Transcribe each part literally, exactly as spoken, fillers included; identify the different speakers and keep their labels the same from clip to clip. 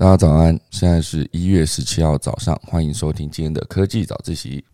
Speaker 1: 大家早安，现在是一月十七号早上，欢迎收听今天的科技早自习。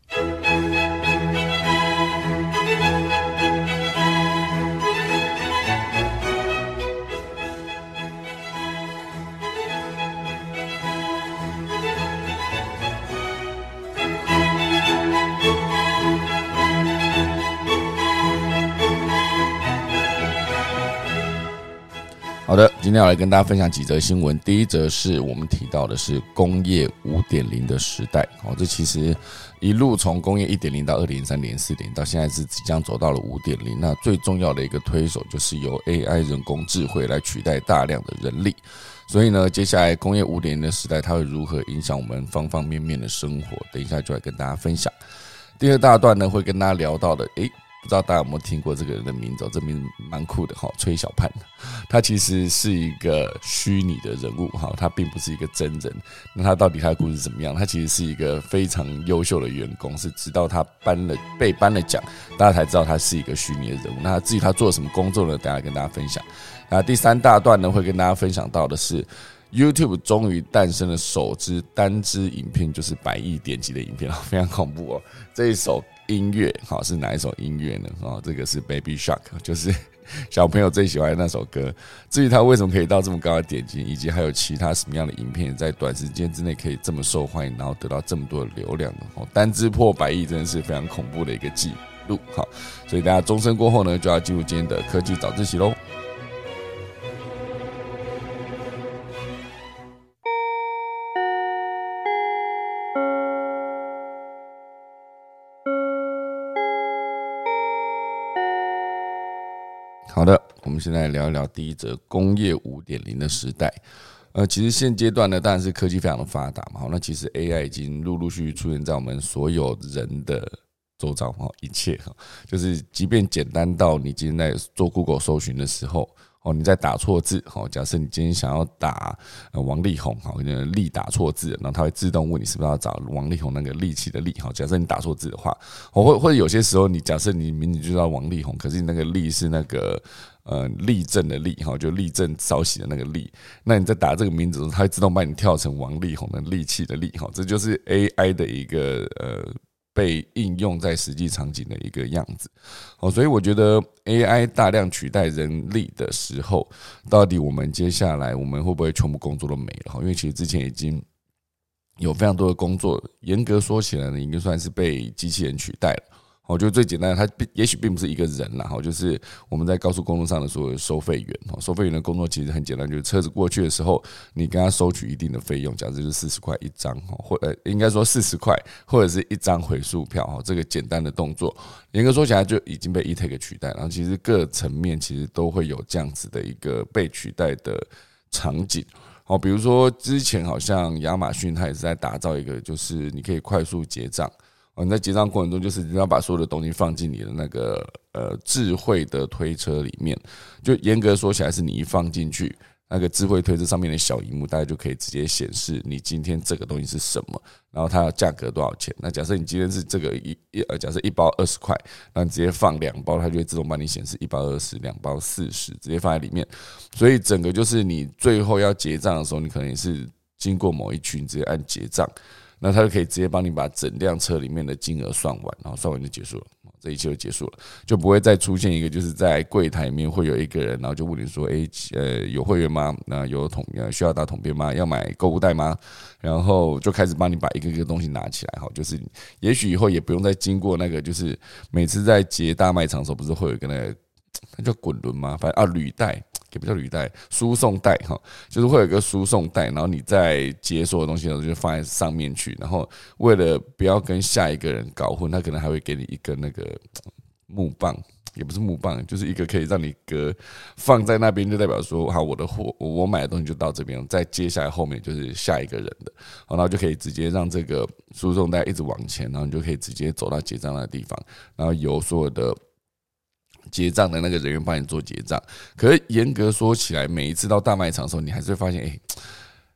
Speaker 1: 好的，今天要来跟大家分享几则新闻。第一则是我们提到的是工业 五点零 的时代，这其实一路从工业 一点零 到 二点零、三点零、四点零，到现在是即将走到了 五点零。那最重要的一个推手就是由 A I 人工智慧来取代大量的人力。所以呢，接下来工业 五点零 的时代它会如何影响我们方方面面的生活，等一下就来跟大家分享。第二大段呢，会跟大家聊到的诶不知道大家有没有听过这个人的名字，这名字蛮酷的，崔小盼。他其实是一个虚拟的人物，他并不是一个真人。那他到底他的故事怎么样？他其实是一个非常优秀的员工，是直到他颁了被颁了奖，大家才知道他是一个虚拟的人物。那至于他做了什么工作呢？等一下跟大家分享。那第三大段呢，会跟大家分享到的是YouTube 终于诞生了首支单支影片，就是百亿点击的影片，非常恐怖哦。这一首音乐是哪一首音乐呢？这个是 Baby Shark， 就是小朋友最喜欢的那首歌。至于它为什么可以到这么高的点击，以及还有其他什么样的影片在短时间之内可以这么受欢迎，然后得到这么多的流量，单支破百亿真的是非常恐怖的一个记录。好，所以大家钟声过后呢，就要进入今天的科技早自习咯。好的，我们现在聊一聊第一则工业 五点零 的时代。呃，其实现阶段呢，当然是科技非常的发达嘛。那其实 A I 已经陆陆续续出现在我们所有人的周遭，一切就是即便简单到你今天在做 Google 搜寻的时候，你在打错字，假设你今天想要打王力宏，力打错字，然后它会自动问你是不是要找王力宏那个力气的力。假设你打错字的话，或或者有些时候你假设你名字就叫王力宏，可是你那个力是那个呃立正的立，就立正稍息的那个立，那你在打这个名字的时候，它会自动帮你跳成王力宏的力气的力。这就是 A I 的一个呃。被应用在实际场景的一个样子，所以我觉得 A I 大量取代人力的时候，到底我们接下来我们会不会全部工作都没了？因为其实之前已经有非常多的工作，严格说起来呢，应该算是被机器人取代了。我觉得最简单的，它也许并不是一个人啦，就是我们在高速公路上的所有收费员，收费员的工作其实很简单，就是车子过去的时候，你跟他收取一定的费用，假设就是四十块一张，或呃应该说四十块，或者是一张回数票，这个简单的动作，严格说起来就已经被 E-Tech 取代了。然后其实各层面其实都会有这样子的一个被取代的场景。好，比如说之前好像亚马逊它也是在打造一个，就是你可以快速结账。你在结账过程中，就是你要把所有的东西放进你的那个呃智慧的推车里面。就严格说起来，是你一放进去，那个智慧推车上面的小萤幕，大概就可以直接显示你今天这个东西是什么，然后它的价格多少钱。那假设你今天是这个一呃，假设一包二十块，那你直接放两包，它就会自动帮你显示一包二十，两包四十，直接放在里面。所以整个就是你最后要结账的时候，你可能也是经过某一区，你直接按结账。那他就可以直接帮你把整辆车里面的金额算完，然后算完就结束了，这一切就结束了，就不会再出现一个就是在柜台里面会有一个人，然后就问你说，哎、欸，呃，有会员吗？那有统需要打统编吗？要买购物袋吗？然后就开始帮你把一个一个东西拿起来，就是也许以后也不用再经过那个，就是每次在结大卖场的时候，不是会有一个那个，那叫滚轮吗？反正啊，履带。也不叫履带，输送带哈，就是会有一个输送带，然后你在解锁的东西的时候就放在上面去，然后为了不要跟下一个人搞混，他可能还会给你一个那个木棒，也不是木棒，就是一个可以让你隔放在那边，就代表说，好，我的货我买的东西就到这边，再接下来后面就是下一个人的，然后就可以直接让这个输送带一直往前，然后你就可以直接走到结账的地方，然后由所有的结账的那个人员帮你做结账。可是严格说起来，每一次到大卖场的时候，你还是会发现，哎、欸，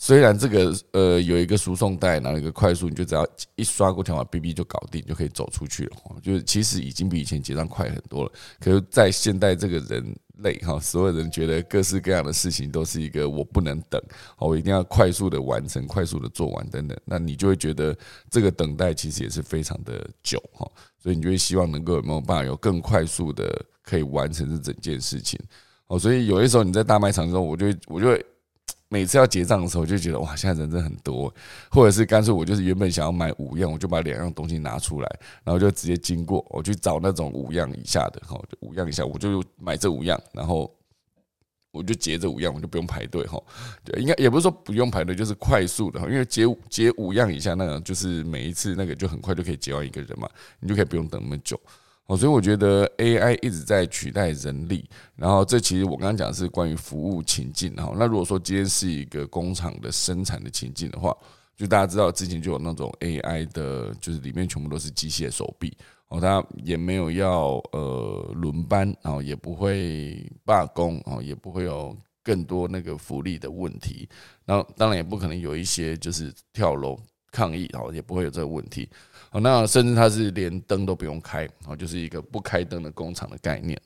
Speaker 1: 虽然这个呃有一个输送带，然后一个快速，你就只要一刷过条码 B B 就搞定，就可以走出去了。就是其实已经比以前结账快很多了。可是，在现代这个人类哈，所有人觉得各式各样的事情都是一个我不能等，我一定要快速的完成，快速的做完等等。那你就会觉得这个等待其实也是非常的久哈，所以你就会希望能够有没有办法有更快速的可以完成这整件事情。哦，所以有些时候你在大卖场中，我就会我就会。每次要结账的时候，我就觉得哇，现在人真的很多，或者是干脆我就是原本想要买五样，我就把两样东西拿出来，然后就直接经过，我去找那种五样以下的，哈，五样以下我就买这五样，然后我就结这五样，我就不用排队，哈，对，应该也不是说不用排队，就是快速的，因为结结五样以下那个，就是每一次那个就很快就可以结完一个人嘛，你就可以不用等那么久。所以我觉得 A I 一直在取代人力，然后这其实我刚刚讲的是关于服务情境。那如果说今天是一个工厂的生产的情境的话，就大家知道之前就有那种 A I 的，就是里面全部都是机械手臂，它也没有要呃轮班，然后也不会罢工，也不会有更多那个福利的问题，然后当然也不可能有一些就是跳楼抗议，也不会有这个问题。那甚至它是连灯都不用开，就是一个不开灯的工厂的概念。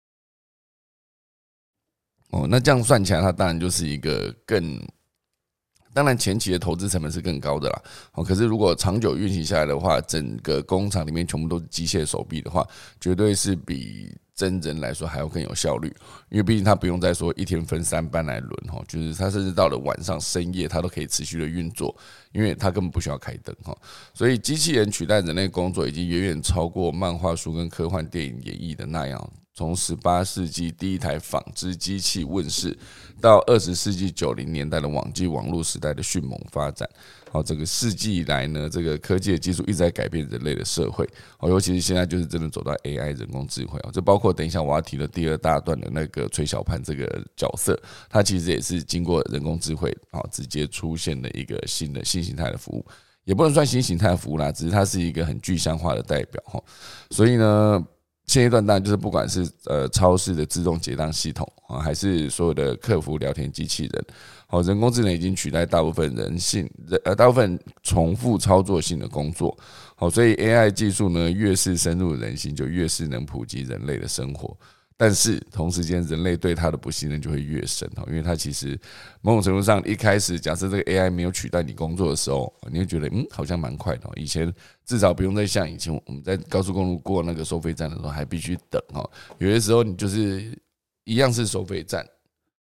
Speaker 1: 哦，那这样算起来，它当然就是一个更，当然前期的投资成本是更高的啦。哦，可是如果长久运行下来的话，整个工厂里面全部都是机械手臂的话，绝对是比真人来说还要更有效率，因为毕竟他不用再说一天分三班来轮，就是他甚至到了晚上深夜，他都可以持续的运作，因为他根本不需要开灯，所以机器人取代人类工作已经远远超过漫画书跟科幻电影演绎的那样。从十八世纪第一台纺织机器问世，到二十世纪九零年代的网际网络时代的迅猛发展，好，这个世纪以来呢，这个科技的技术一直在改变人类的社会，尤其是现在就是真的走到 A I 人工智慧，这包括等一下我要提的第二大段的那个崔小潘这个角色，他其实也是经过人工智慧直接出现的一个新的新形态的服务，也不能算新形态的服务啦，只是它是一个很具象化的代表，所以呢。现阶段当然就是不管是呃超市的自动结账系统啊，还是所有的客服聊天机器人，好，人工智能已经取代大部分人性呃大部分重复操作性的工作，好，所以 A I 技术呢越是深入人心，就越是能普及人类的生活。但是同时间，人类对它的不信任就会越深，因为它其实某种程度上一开始，假设这个 A I 没有取代你工作的时候，你会觉得嗯好像蛮快的。以前至少不用再像以前我们在高速公路过那个收费站的时候还必须等，有些时候你就是一样是收费站，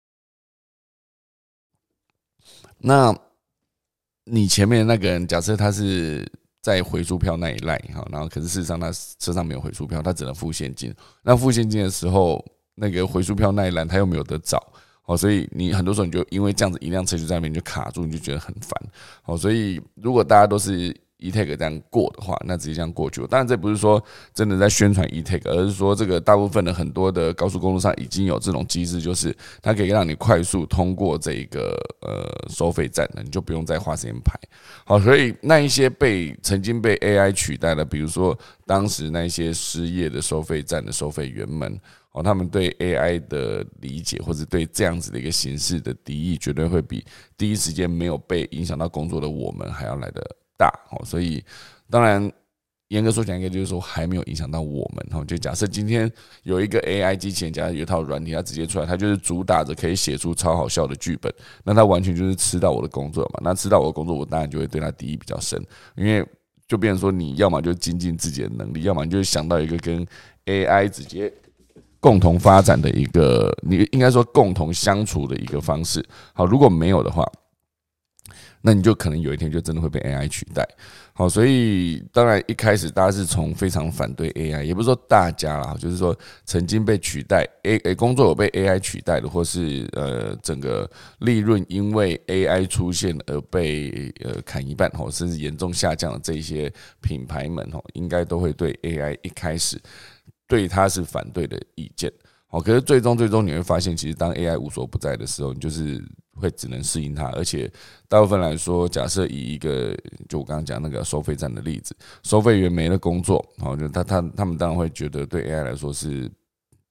Speaker 1: 那你前面的那个人，假设他是在回数票那一赖，然后可是事实上他车上没有回数票，他只能付现金。那付现金的时候，那个回数票那一栏他又没有得找，所以你很多时候你就因为这样子一辆车就在那边就卡住，你就觉得很烦。所以如果大家都是E-Tag 这样过的话，那直接这样过去。当然，这不是说真的在宣传 E-Tag， 而是说这个大部分的很多的高速公路上已经有这种机制，就是它可以让你快速通过这个呃收费站了，你就不用再花时间排。好，所以那一些被曾经被 A I 取代的，比如说当时那些失业的收费站的收费员们，哦，他们对 A I 的理解或者对这样子的一个形式的敌意，绝对会比第一时间没有被影响到工作的我们还要来的大，所以当然严格说起来，应该就是说还没有影响到我们。就假设今天有一个 A I 机器人，假设有一套软体，它直接出来，它就是主打着可以写出超好笑的剧本，那它完全就是吃到我的工作嘛。那吃到我的工作，我当然就会对它敌意比较深，因为就变成说，你要么就精进自己的能力，要么你就想到一个跟 A I 直接共同发展的一个，你应该说共同相处的一个方式。好，如果没有的话，那你就可能有一天就真的会被 A I 取代。好，所以当然一开始大家是从非常反对 A I， 也不是说大家啦，就是说曾经被取代 A 工作有被 A I 取代的，或是呃整个利润因为 A I 出现而被呃砍一半，甚至严重下降的这些品牌们，应该都会对 A I 一开始对它是反对的意见。好，可是最终最终你会发现，其实当 A I 无所不在的时候，你就是会只能适应它，而且大部分来说，假设以一个就我刚刚讲那个收费站的例子，收费员没了工作，好，就他他他们当然会觉得对 A I 来说是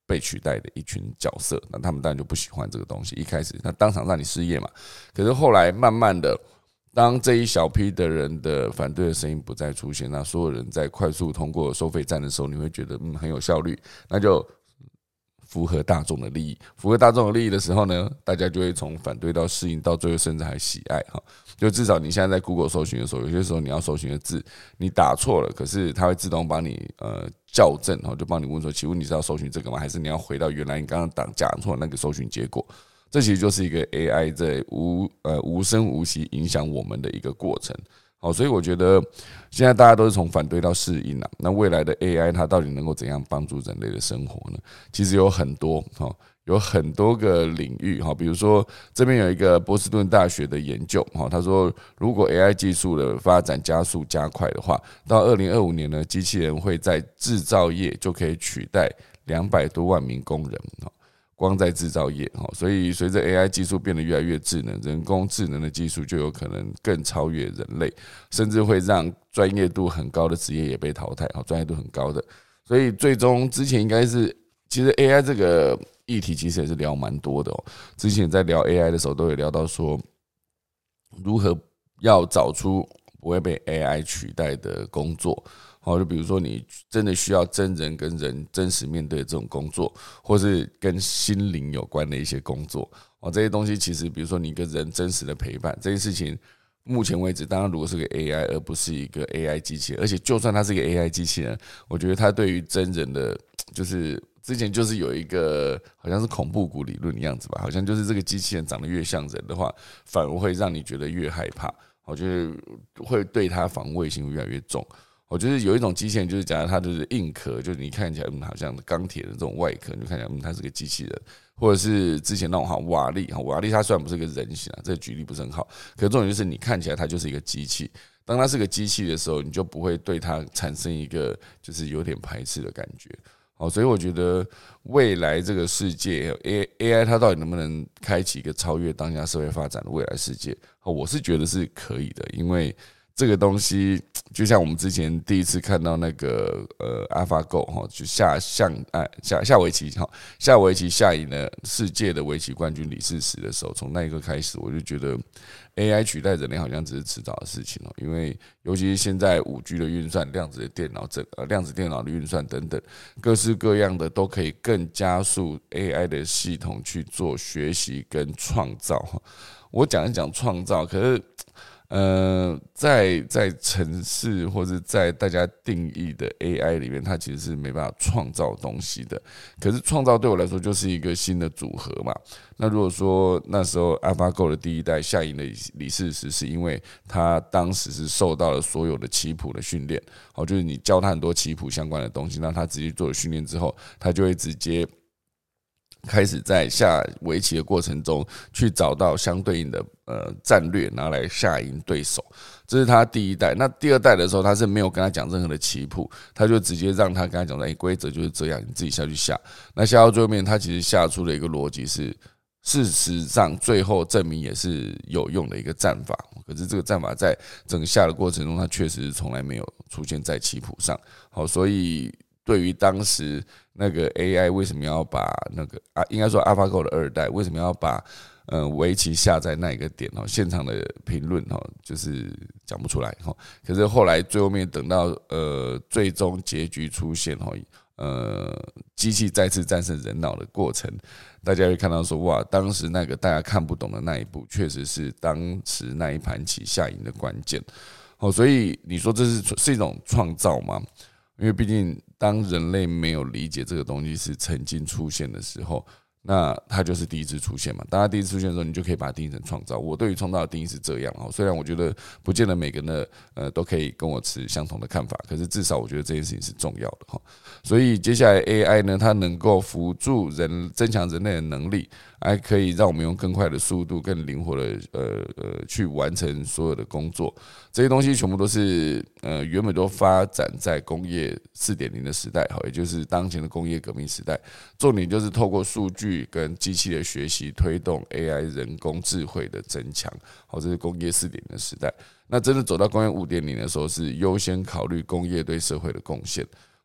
Speaker 1: 被取代的一群角色，那他们当然就不喜欢这个东西。一开始那当场让你失业嘛，可是后来慢慢的，当这一小批的人的反对的声音不再出现，那所有人在快速通过收费站的时候，你会觉得嗯很有效率，那就符合大众的利益。符合大众的利益的时候呢，大家就会从反对到适应，到最后甚至还喜爱哈。就至少你现在在 Google 搜寻的时候，有些时候你要搜寻的字你打错了，可是它会自动帮你呃校正，就帮你问说，请问你是要搜寻这个吗？还是你要回到原来你刚刚讲错的那个搜寻结果？这其实就是一个 A I 在无呃无声无息影响我们的一个过程。好，所以我觉得现在大家都是从反对到适应了。那未来的 A I 它到底能够怎样帮助人类的生活呢？其实有很多，有很多个领域。比如说这边有一个波士顿大学的研究，他说如果 A I 技术的发展加速加快的话，到二零二五年呢，机器人会在制造业就可以取代两百多万名工人。光在制造业，所以随着 A I 技术变得越来越智能，人工智能的技术就有可能更超越人类，甚至会让专业度很高的职业也被淘汰，专业度很高的。所以最终之前应该是，其实 A I 这个议题其实也是聊蛮多的哦。之前在聊 A I 的时候，都有聊到说，如何要找出不会被 A I 取代的工作。就比如说你真的需要真人跟人真实面对的这种工作，或是跟心灵有关的一些工作，这些东西其实比如说你跟人真实的陪伴这件事情，目前为止当然如果是个 A I 而不是一个 A I 机器人，而且就算它是一个 A I 机器人，我觉得它对于真人的，就是之前就是有一个好像是恐怖谷理论的样子吧，好像就是这个机器人长得越像人的话，反而会让你觉得越害怕，我觉得会对它防卫性越来越重。我觉得有一种机器人，就是假如它就是硬壳，就是你看起来、嗯、好像钢铁的这种外壳，你就看起来嗯它是个机器人，或者是之前那种好像瓦力，瓦力它虽然不是个人形啊，这个举例不是很好，可是重点就是你看起来它就是一个机器。当它是个机器的时候，你就不会对它产生一个就是有点排斥的感觉。好，所以我觉得未来这个世界 A I 它到底能不能开启一个超越当下社会发展的未来世界？我是觉得是可以的，因为这个东西就像我们之前第一次看到那个呃 AlphaGo 哈，就下象哎下下围棋哈，下围棋下赢了世界的围棋冠军李世石的时候，从那一刻开始，我就觉得 A I 取代人类好像只是迟早的事情哦。因为尤其是现在五 G 的运算、量子的电脑、整呃量子电脑的运算等等，各式各样的都可以更加速 A I 的系统去做学习跟创造哈。我讲一讲创造，可是。呃，在在城市或者在大家定义的 A I 里面，它其实是没办法创造东西的。可是创造对我来说就是一个新的组合嘛。那如果说那时候 AlphaGo 的第一代下赢了李世石，是因为他当时是受到了所有的棋谱的训练，好，就是你教他很多棋谱相关的东西，那他直接做了训练之后，他就会直接。开始在下围棋的过程中去找到相对应的呃战略，拿来下赢对手。这是他第一代。那第二代的时候，他是没有跟他讲任何的棋谱，他就直接让他跟他讲说：“哎，规则就是这样，你自己下去下。”那下到最后面，他其实下出了一个逻辑是，事实上最后证明也是有用的一个战法。可是这个战法在整个下的过程中，它确实从来没有出现在棋谱上。好，所以对于当时。那个 A I 为什么要把那个啊，应该说 AlphaGo 的二代为什么要把呃围棋下在那一个点哦？现场的评论哦，就是讲不出来哈。可是后来最后面等到呃最终结局出现哦，呃机器再次战胜人脑的过程，大家会看到说哇，当时那个大家看不懂的那一步，确实是当时那一盘棋下赢的关键。哦，所以你说这是是一种创造吗？因为毕竟，当人类没有理解这个东西是曾经出现的时候，那它就是第一次出现嘛。当它第一次出现的时候，你就可以把它定义成创造。我对于创造的定义是这样，虽然我觉得不见得每个人的呃都可以跟我持相同的看法，可是至少我觉得这件事情是重要的。所以接下来 A I 呢，它能够辅助人，增强人类的能力，还可以让我们用更快的速度、更灵活的呃呃去完成所有的工作。这些东西全部都是呃原本都发展在工业 四点零 的时代，也就是当前的工业革命时代。重点就是透过数据跟机器的学习，推动 A I 人工智慧的增强。好，这是工业 四点零 的时代。那真的走到工业 五点零 的时候，是优先考虑工业对社会的贡献。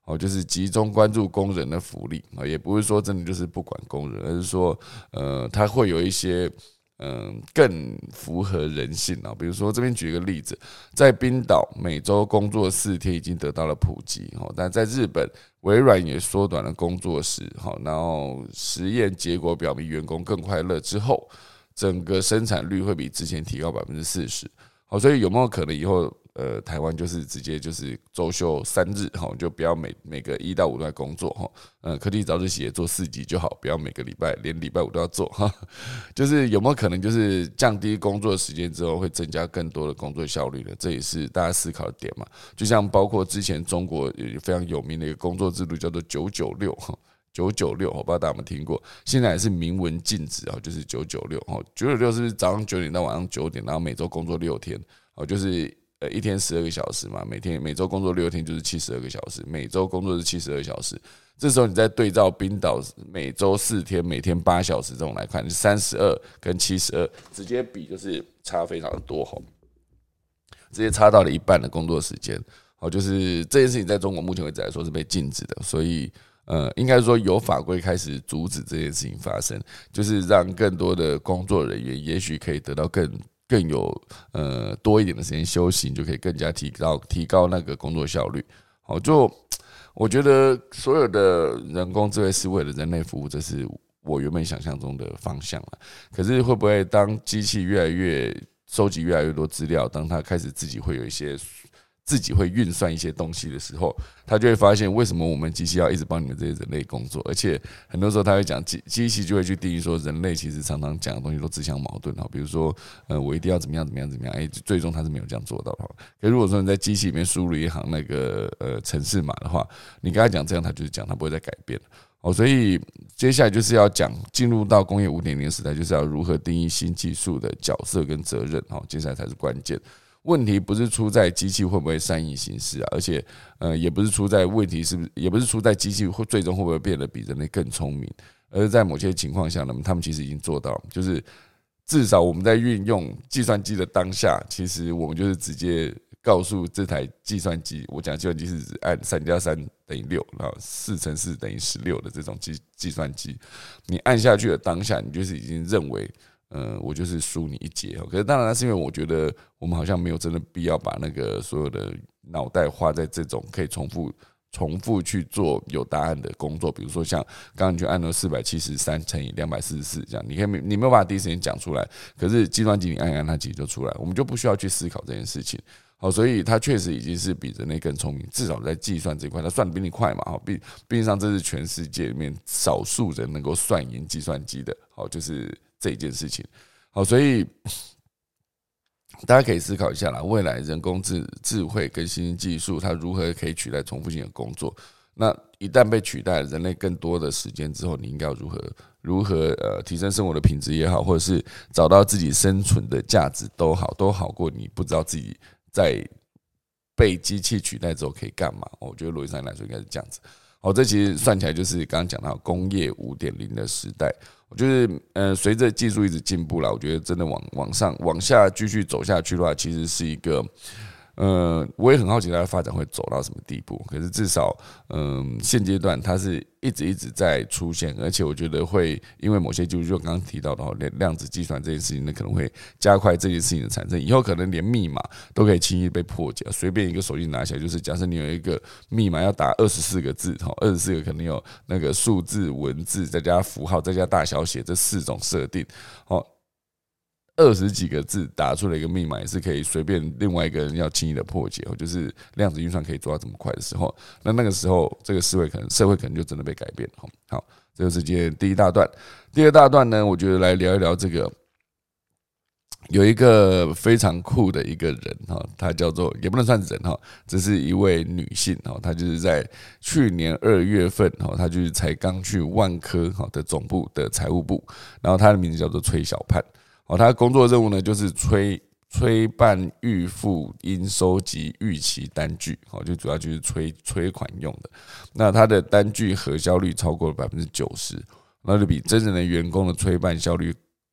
Speaker 1: 哦，就是集中关注工人的福利啊，也不是说真的就是不管工人，而是说，呃，它会有一些，嗯，更符合人性啊。比如说这边举一个例子，在冰岛每周工作四天已经得到了普及，但在日本，微软也缩短了工作时，然后实验结果表明员工更快乐之后，整个生产率会比之前提高百分之四十。好，所以有没有可能以后？呃，台湾就是直接就是周休三日，哈，就不要每每个一到五都在工作，哈，呃，科技早自习也做四集就好，不要每个礼拜连礼拜五都要做，哈，就是有没有可能就是降低工作时间之后，会增加更多的工作效率呢？这也是大家思考的点嘛。就像包括之前中国非常有名的一个工作制度叫做九九六，哈。九九六，我不知道大家有没有听过，现在也是明文禁止啊，就是九九六，九九六是不是早上九点到晚上九点，然后每周工作六天，哦，就是呃一天十二个小时嘛，每天每周工作六天就是七十二个小时，每周工作是七十二小时。这时候你再对照冰岛每周四天，每天八小时这种来看，三十二跟七十二直接比就是差非常的多，直接差到了一半的工作时间。哦，就是这件事情在中国目前为止来说是被禁止的，所以。呃，应该说有法规开始阻止这件事情发生，就是让更多的工作人员也许可以得到更更有呃多一点的时间休息，就可以更加提高提高那个工作效率。好，就我觉得所有的人工智慧是为了人类服务，这是我原本想象中的方向了。可是会不会当机器越来越收集越来越多资料，当它开始自己会有一些。自己会运算一些东西的时候，他就会发现为什么我们机器要一直帮你们这些人类工作，而且很多时候他会讲机机器就会去定义说，人类其实常常讲的东西都自相矛盾，比如说呃我一定要怎么样怎么样怎么样，哎，最终他是没有这样做到的。可如果说你在机器里面输入一行那个呃程式码的话，你跟他讲这样，他就是讲，他不会再改变。哦，所以接下来就是要讲进入到工业 五点零 的时代，就是要如何定义新技术的角色跟责任，接下来才是关键。问题不是出在机器会不会善意行事啊，而且呃也不是出在问题是不是，也不是出在机器会最终会不会变得比人类更聪明，而是在某些情况下呢，他们其实已经做到，就是至少我们在运用计算机的当下，其实我们就是直接告诉这台计算机，我讲计算机是指按三加三等于六，然后四乘四等于十六的这种计计算机，你按下去的当下，你就是已经认为。呃，我就是输你一截，可是当然是因为我觉得我们好像没有真的必要把那个所有的脑袋花在这种可以重复、重复去做有答案的工作，比如说像刚刚你去按了四百七十三乘以两百四十四这样，你可以你没有办法第一时间讲出来，可是计算机你按一按它其实就出来，我们就不需要去思考这件事情。好，所以它确实已经是比人类更聪明，至少在计算这一块，它算得比你快嘛。好，毕毕竟上这是全世界里面少数人能够算赢计算机的。好，就是这一件事情。好，所以大家可以思考一下啦，未来人工智智慧跟新兴技术，它如何可以取代重复性的工作？那一旦被取代，人类更多的时间之后，你应该要如何如何呃提升生活的品质也好，或者是找到自己生存的价值都好，都好过你不知道自己在被机器取代之后可以干嘛。我觉得逻辑上来说应该是这样子。好，这其实算起来就是刚刚讲到工业 五点零 的时代。我觉得，呃，随着技术一直进步啦，我觉得真的往往上往下继续走下去的话，其实是一个。呃，我也很好奇它的发展会走到什么地步。可是至少，嗯，现阶段它是一直一直在出现，而且我觉得会因为某些技术，就刚刚提到的量子计算这件事情，那可能会加快这件事情的产生。以后可能连密码都可以轻易被破解，随便一个手机拿起来，就是假设你有一个密码要打二十四个字，哈，二十四个可能有那个数字、文字，再加符号，再加大小写这四种设定，好。二十几个字打出了一个密码，也是可以随便另外一个人要轻易的破解，就是量子运算可以做到这么快的时候，那那个时候这个社会可能社会可能就真的被改变了。好，这就是今天第一大段。第二大段呢，我觉得来聊一聊这个，有一个非常酷的一个人哈，他叫做也不能算人哈，这是一位女性哈，她就是在去年二月份哈，她就是才刚去万科的总部的财务部，然后她的名字叫做崔小盼。哦，他的工作任务呢，就是催催办预付应收及逾期单据，哦，就主要就是催催款用的。那他的单据核销率超过了百分之九十，那就比真正的员工的催办效率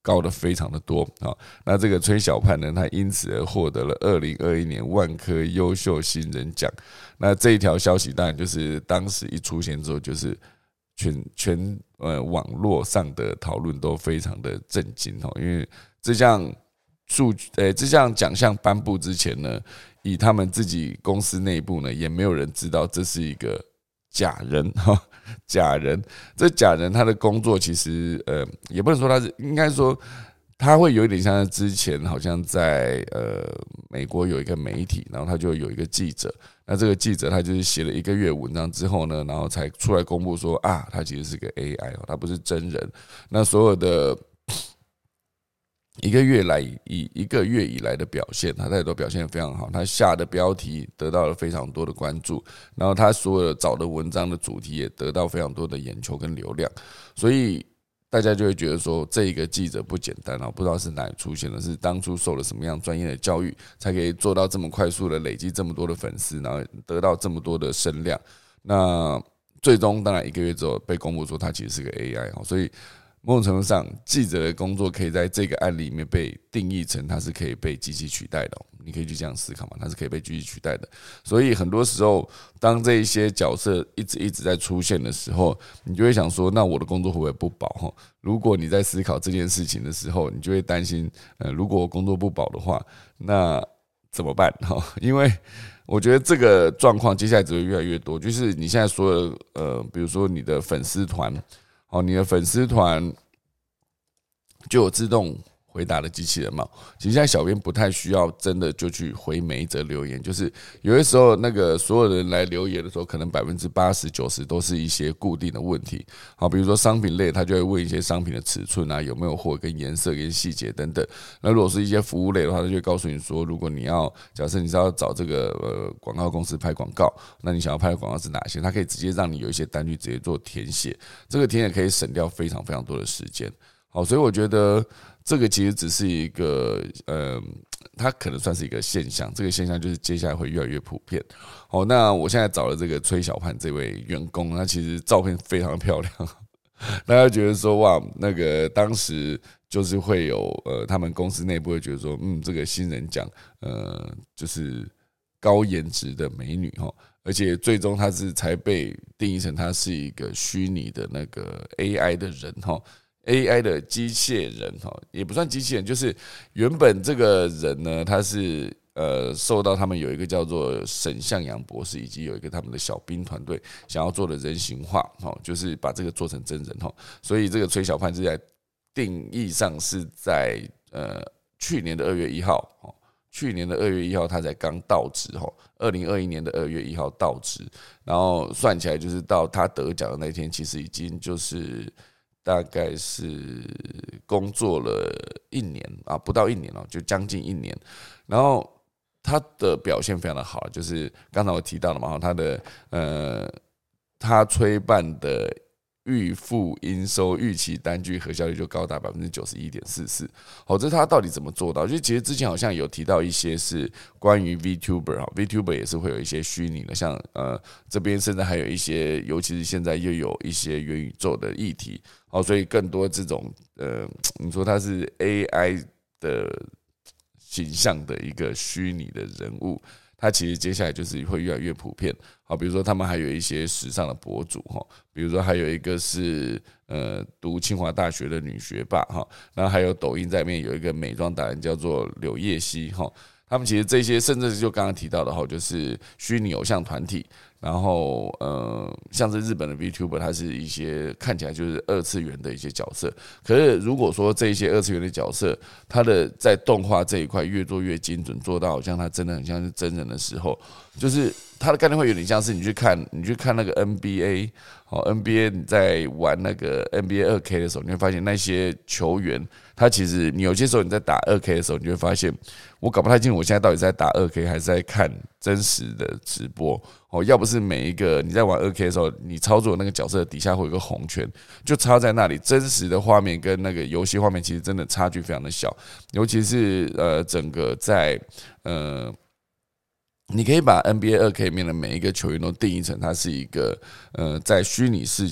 Speaker 1: 高的非常的多啊。那这个崔小盼呢，他因此而获得了二零二一年万科优秀新人奖。那这一条消息当然就是当时一出现之后，就是全全呃网络上的讨论都非常的震惊哦，因为这项数呃这项奖项颁布之前呢，以他们自己公司内部呢，也没有人知道这是一个假人哈，假人。这假人他的工作其实呃也不能说他是，应该说他会有一点像之前好像在呃美国有一个媒体，然后他就有一个记者，那这个记者他就是写了一个月文章之后呢，然后才出来公布说啊，他其实是个 A I 哦，他不是真人。那所有的一个月来以一个月以来的表现，他也都表现得非常好。他下的标题得到了非常多的关注，然后他所有找的文章的主题也得到非常多的眼球跟流量，所以大家就会觉得说，这一个记者不简单啊，不知道是哪里出现的，是当初受了什么样专业的教育，才可以做到这么快速的累积这么多的粉丝，然后得到这么多的声量。那最终当然一个月之后被公布说他其实是个 A I， 所以某种程度上，记者的工作可以在这个案例里面被定义成它是可以被机器取代的。你可以去这样思考嘛，它是可以被机器取代的。所以很多时候，当这一些角色一直一直在出现的时候，你就会想说，那我的工作会不会不保？如果你在思考这件事情的时候，你就会担心，呃，如果我工作不保的话，那怎么办？因为我觉得这个状况接下来只会越来越多，就是你现在所有的呃，比如说你的粉丝团。哦，你的粉丝团就有自动回答的机器人嘛？其实现在小编不太需要真的就去回每一则留言，就是有些时候那个所有人来留言的时候，可能百分之八十九十都是一些固定的问题。好，比如说商品类，他就会问一些商品的尺寸啊，有没有货、跟颜色、跟细节等等。那如果是一些服务类的话，他就会告诉你说，如果你要假设你是要找这个呃广告公司拍广告，那你想要拍的广告是哪些？它可以直接让你有一些单据直接做填写，这个填写可以省掉非常非常多的时间。好，所以我觉得这个其实只是一个，呃，它可能算是一个现象。这个现象就是接下来会越来越普遍。好，那我现在找了这个崔小盼这位员工，他其实照片非常漂亮，大家觉得说哇，那个当时就是会有呃，他们公司内部会觉得说，嗯，这个新人奖，呃，就是高颜值的美女哈，而且最终她是才被定义成她是一个虚拟的那个 A I 的人哈。A I 的机械人也不算机器人，就是原本这个人呢，他是呃受到他们有一个叫做沈向阳博士，以及有一个他们的小兵团队想要做的人形化，就是把这个做成真人，所以这个崔小盼是在定义上是在呃去年的二月一号，去年的二月一号他才刚到职，二零二一年的二月一号到职，然后算起来就是到他得奖的那天，其实已经就是。大概是工作了一年啊，不到一年哦，就将近一年。然后他的表现非常的好，就是刚才我提到了嘛，他的呃，他催办的预付应收预期单据核销率就高达百分之九十一点四四。好，这是他到底怎么做到？就其实之前好像有提到一些是关于 VTuber 哈 ，VTuber 也是会有一些虚拟的，像呃这边甚至还有一些，尤其是现在又有一些元宇宙的议题。好，所以更多这种呃，你说他是 A I 的形象的一个虚拟的人物，它其实接下来就是会越来越普遍。好，比如说他们还有一些时尚的博主哈，比如说还有一个是呃读清华大学的女学霸哈，然后还有抖音在里面有一个美妆达人叫做柳叶熙哈，他们其实这些甚至就刚刚提到的哈，就是虚拟偶像团体。然后，呃，像是日本的 VTuber， 它是一些看起来就是二次元的一些角色。可是，如果说这一些二次元的角色，它的在动画这一块越做越精准，做到好像它真的很像是真人的时候，就是它的概念会有点像是你去看，你去看那个 N B A， 哦 ，N B A 你在玩那个 N B A 二 K 的时候，你会发现那些球员，他其实你有些时候你在打二 K 的时候，你就会发现，我搞不太清楚我现在到底是在打二 K 还是在看真实的直播。哦，要不是每一个你在玩二 K 的时候，你操作那个角色底下会有个红圈，就插在那里。真实的画面跟那个游戏画面其实真的差距非常的小，尤其是呃整个在呃，你可以把 N B A 二 K 里面的每一个球员都定义成他是一个呃在虚拟世界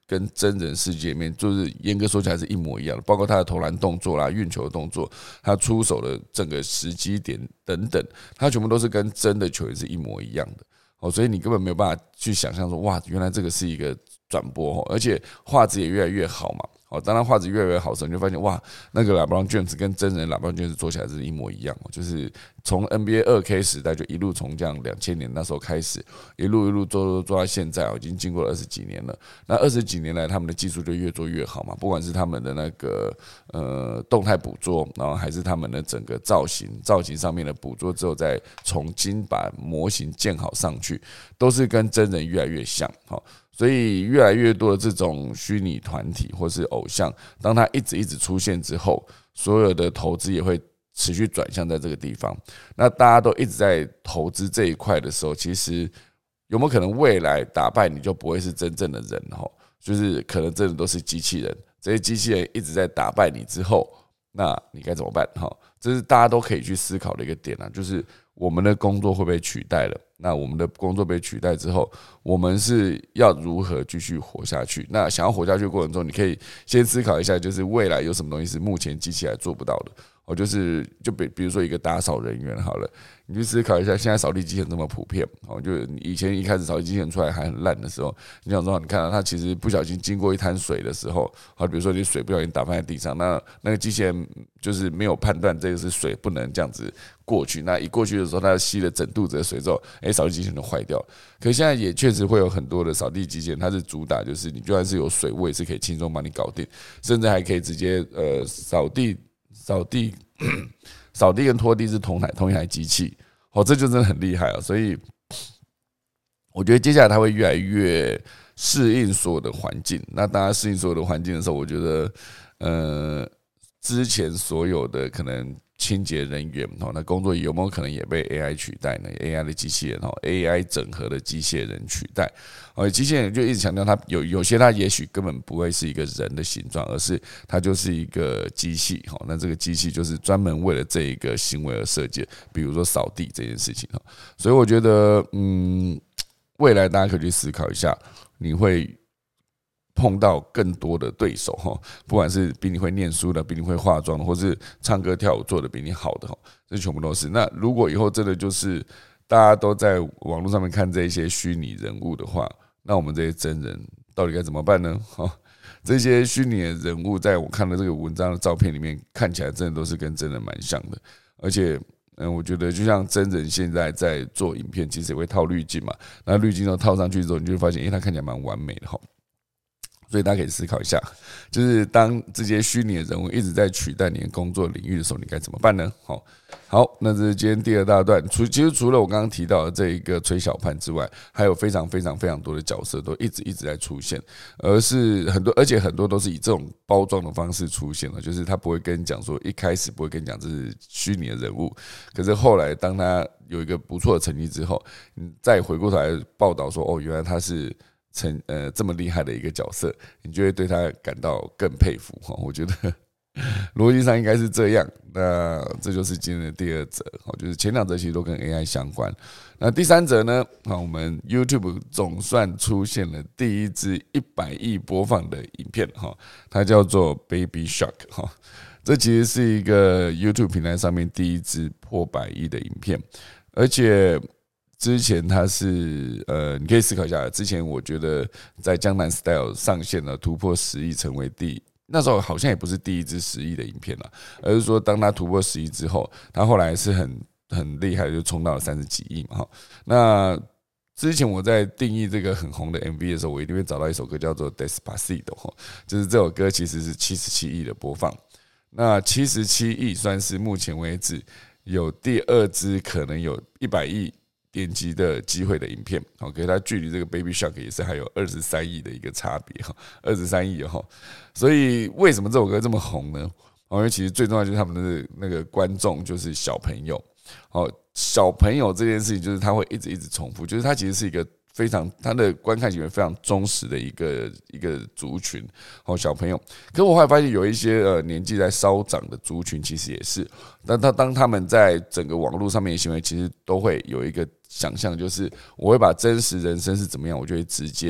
Speaker 1: 跟真人世界里面，就是严格说起来是一模一样的，包括他的投篮动作啦、运球的动作、他出手的整个时机点等等，他全部都是跟真的球员是一模一样的。哦，所以你根本没有办法去想象说，哇，原来这个是一个转播，而且画质也越来越好嘛。哦，当它画质越来越好的时候，你就发现哇，那个 LeBron James 跟真人 LeBron James 做起来是一模一样，就是从 N B A 二 K 时代就一路从这样两千年那时候开始，一路一路做做做到现在，已经经过了二十几年了。那二十几年来，他们的技术就越做越好嘛，不管是他们的那个呃动态捕捉，然后还是他们的整个造型，造型上面的捕捉之后再重新把模型建好上去，都是跟真人越来越像。好。所以越来越多的这种虚拟团体或是偶像，当它一直一直出现之后，所有的投资也会持续转向在这个地方。那大家都一直在投资这一块的时候，其实有没有可能未来打败你就不会是真正的人？就是可能真的都是机器人。这些机器人一直在打败你之后，那你该怎么办？这是大家都可以去思考的一个点啊，就是我们的工作会被取代了。那我们的工作被取代之后，我们是要如何继续活下去？那想要活下去的过程中，你可以先思考一下，就是未来有什么东西是目前机器还做不到的。哦，就是就比比如说一个打扫人员好了，你去思考一下，现在扫地机器人这么普遍，哦，就以前一开始扫地机器人出来还很烂的时候，你想说，你看到它其实不小心经过一滩水的时候，好，比如说你水不小心打翻在地上，那那个机器人就是没有判断这个是水，不能这样子过去。那一过去的时候，它吸了整肚子的水之后，哎，扫地机器人就坏掉了。可是现在也确实会有很多的扫地机器人，它是主打就是你就算是有水味是可以轻松帮你搞定，甚至还可以直接呃扫地。扫地、扫地跟拖地是同台同一台机器，哦，这就真的很厉害啊！所以我觉得接下来它会越来越适应所有的环境。那当它适应所有的环境的时候，我觉得，呃，之前所有的可能清洁人员那工作有没有可能也被 A I 取代呢 ？A I 的机器人 ，A I 整合的机械人取代。而机器人就一直强调，它有有些它也许根本不会是一个人的形状，而是它就是一个机器。那这个机器就是专门为了这一个行为而设计，比如说扫地这件事情。所以我觉得，嗯，未来大家可以去思考一下，你会碰到更多的对手，不管是比你会念书的，比你会化妆的，或是唱歌跳舞做的比你好的，这全部都是。那如果以后真的就是大家都在网络上面看这些虚拟人物的话，那我们这些真人到底该怎么办呢？这些虚拟的人物在我看的这个文章的照片里面，看起来真的都是跟真人蛮像的，而且嗯，我觉得就像真人现在在做影片，其实也会套滤镜嘛，那滤镜都套上去之后，你就会发现，哎，它看起来蛮完美的哈。所以大家可以思考一下，就是当这些虚拟的人物一直在取代你的工作领域的时候，你该怎么办呢？好，好，那这是今天第二大段。除其实除了我刚刚提到的这一个崔小潘之外，还有非常非常非常多的角色都一直一直在出现，而是很多，而且很多都是以这种包装的方式出现了，就是他不会跟你讲说，一开始不会跟你讲这是虚拟的人物，可是后来当他有一个不错的成绩之后，你再回过头来报道说，哦，原来他是。成呃这么厉害的一个角色，你就会对他感到更佩服哈。我觉得逻辑上应该是这样。那这就是今天的第二则，就是前两则其实都跟 A I 相关。那第三则呢？我们 YouTube 总算出现了第一支一百亿播放的影片哈，它叫做 Baby Shark 哈。这其实是一个 YouTube 平台上面第一支破百亿的影片，而且。之前它是呃，你可以思考一下。之前我觉得在江南 Style 上线了，突破十亿，成为第那时候好像也不是第一支十亿的影片了，而是说当它突破十亿之后，它后来是很很厉害，就冲到了三十几亿嘛。那之前我在定义这个很红的 M V 的时候，我一定会找到一首歌叫做 Despacito， 就是这首歌其实是七十七亿的播放。那七十七亿算是目前为止有第二支可能有一百亿。点击的机会的影片，好，可是它距离这个 Baby Shark 也是还有二十三亿的一个差别哈，二十三亿哈，所以为什么这首歌这么红呢？因为其实最重要就是他们的那个观众就是小朋友，哦，小朋友这件事情就是他会一直一直重复，就是他其实是一个非常他的观看行为非常忠实的一个一个族群，哦，小朋友。可是我后来发现有一些呃年纪在稍长的族群其实也是，但他当他们在整个网络上面的行为，其实都会有一个想象，就是我会把真实人生是怎么样，我就会直接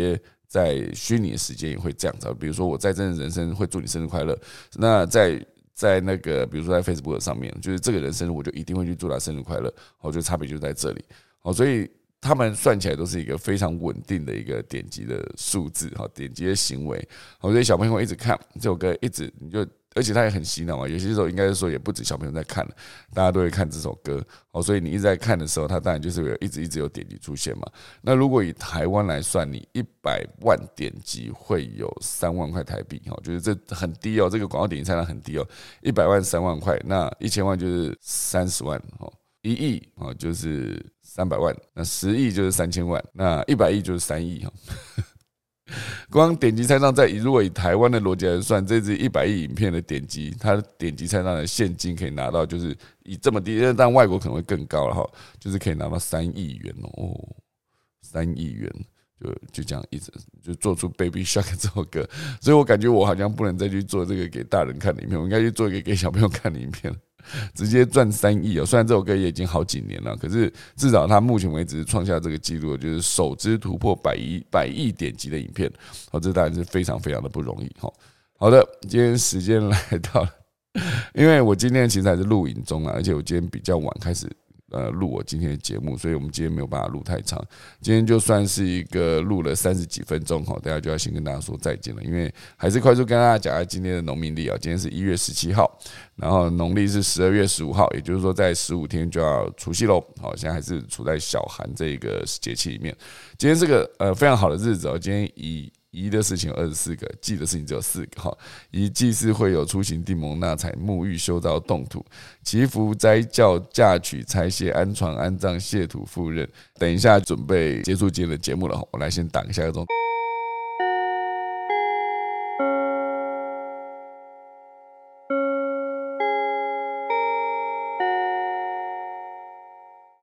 Speaker 1: 在虚拟的时间也会这样子，比如说我在真实人生会祝你生日快乐，那在在那个比如说在 Facebook 上面，就是这个人生日我就一定会去祝他生日快乐，我觉得差别就在这里，所以他们算起来都是一个非常稳定的一个点击的数字，点击的行为，所以小朋友会一直看这首歌，一直你就。而且它也很洗脑嘛，有些时候应该是说也不止小朋友在看，大家都会看这首歌，所以你一直在看的时候，它当然就是有一直一直有点击出现嘛。那如果以台湾来算，你一百万点击会有三万块台币，就是这很低哦，这个广告点击菜单很低哦，一百万三万块，那一千万就是三十万，一亿就是三百万，那十亿就是三千万，那一百亿就是三亿。光点击菜单在如果以台湾的逻辑来算，这支一百亿影片的点击，它点击菜单的现金可以拿到，就是以这么低，但外国可能会更高了哈，就是可以拿到三亿元哦，三亿元就就这样一直就做出 Baby Shark 这首歌，所以我感觉我好像不能再去做这个给大人看的影片，我应该去做一个给小朋友看的影片。直接赚三亿哦！虽然这首歌也已经好几年了，可是至少他目前为止创下这个纪录，就是首支突破百亿百亿点击的影片，哦，这当然是非常非常的不容易哈。好的，今天时间来到了，因为我今天其实还是录影中啊，而且我今天比较晚开始。呃，录我今天的节目，所以我们今天没有办法录太长。今天就算是一个录了三十几分钟哈，大家就要先跟大家说再见了，因为还是快速跟大家讲一下今天的农民历啊。今天是一月十七号，然后农历是十二月十五号，也就是说在十五天就要除夕喽。好，现在还是处在小寒这个节气里面。今天是个呃非常好的日子哦，今天以。宜的事情有二十四个，忌的事情只有四个哈。宜祭祀会有出行、订盟、纳采、沐浴、修造、动土、祈福、斋教、嫁娶、拆卸、安床、安葬、谢土、赴任。等一下准备结束今天的节目了，我来先打一下钟。